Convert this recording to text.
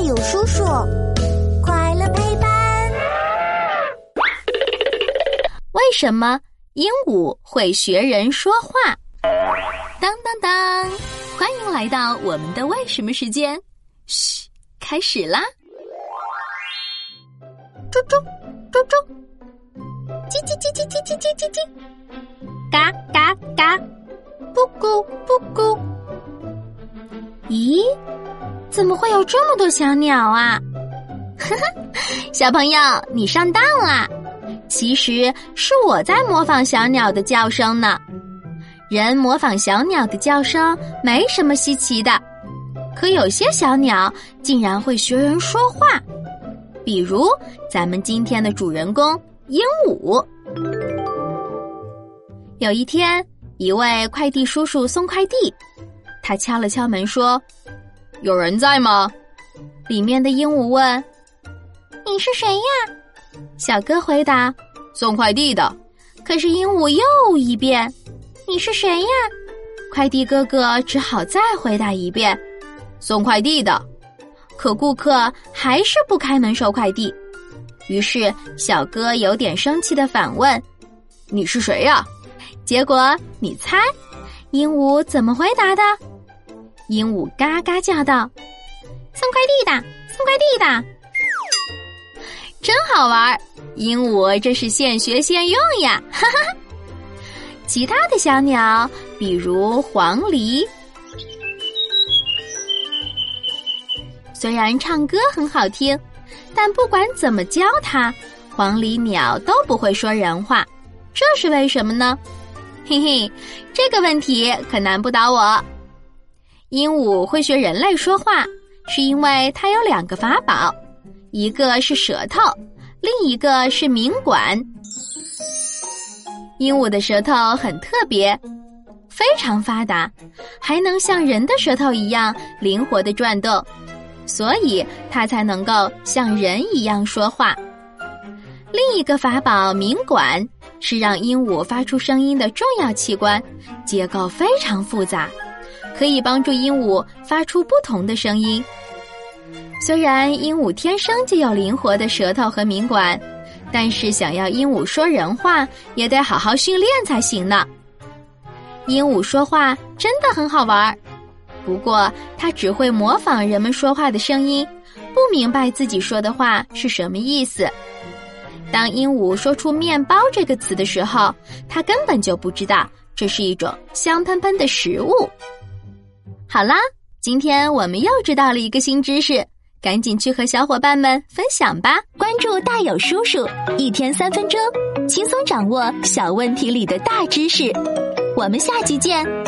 有叔叔，快乐陪伴。 为什么鹦鹉会学人说话？当当当，欢迎来到我们的为什么时间。嘘，开始啦！ 猪猪猪猪，叽叽叽叽叽叽叽叽叽， 嘎嘎嘎， 布谷布谷。 咦，怎么会有这么多小鸟啊？呵呵，小朋友，你上当啦！其实是我在模仿小鸟的叫声呢。人模仿小鸟的叫声没什么稀奇的，可有些小鸟竟然会学人说话。比如咱们今天的主人公鹦鹉。有一天，一位快递叔叔送快递，他敲了敲门说：“有人在吗？”里面的鹦鹉问：“ 你是谁呀？” 小哥回答：“送快递的。”可是鹦鹉又一遍：“ 你是谁呀？” 快递哥哥只好再回答一遍：“送快递的。”可顾客还是不开门收快递，于是小哥有点生气地反问：“你是谁呀？”结果你猜，鹦鹉怎么回答的？鹦鹉嘎嘎叫道：“ 送快递的，送快递的。” 真好玩，鹦鹉这是现学现用呀！哈哈。其他的小鸟，比如黄鹂，虽然唱歌很好听，但不管怎么教它，黄鹂鸟都不会说人话。这是为什么呢？嘿嘿，这个问题可难不倒我。鹦鹉会学人类说话，是因为它有2个法宝，一个是舌头，另一个是鸣管。鹦鹉的舌头很特别，非常发达，还能像人的舌头一样灵活地转动，所以它才能够像人一样说话。另一个法宝鸣管是让鹦鹉发出声音的重要器官，结构非常复杂，可以帮助鹦鹉发出不同的声音。虽然鹦鹉天生就有灵活的舌头和鸣管，但是想要鹦鹉说人话，也得好好训练才行呢。鹦鹉说话真的很好玩，不过它只会模仿人们说话的声音，不明白自己说的话是什么意思。当鹦鹉说出面包这个词的时候，它根本就不知道这是一种香喷喷的食物。好啦，今天我们又知道了一个新知识，赶紧去和小伙伴们分享吧。 关注大有叔叔，1天3分钟，轻松掌握小问题里的大知识。我们下期见。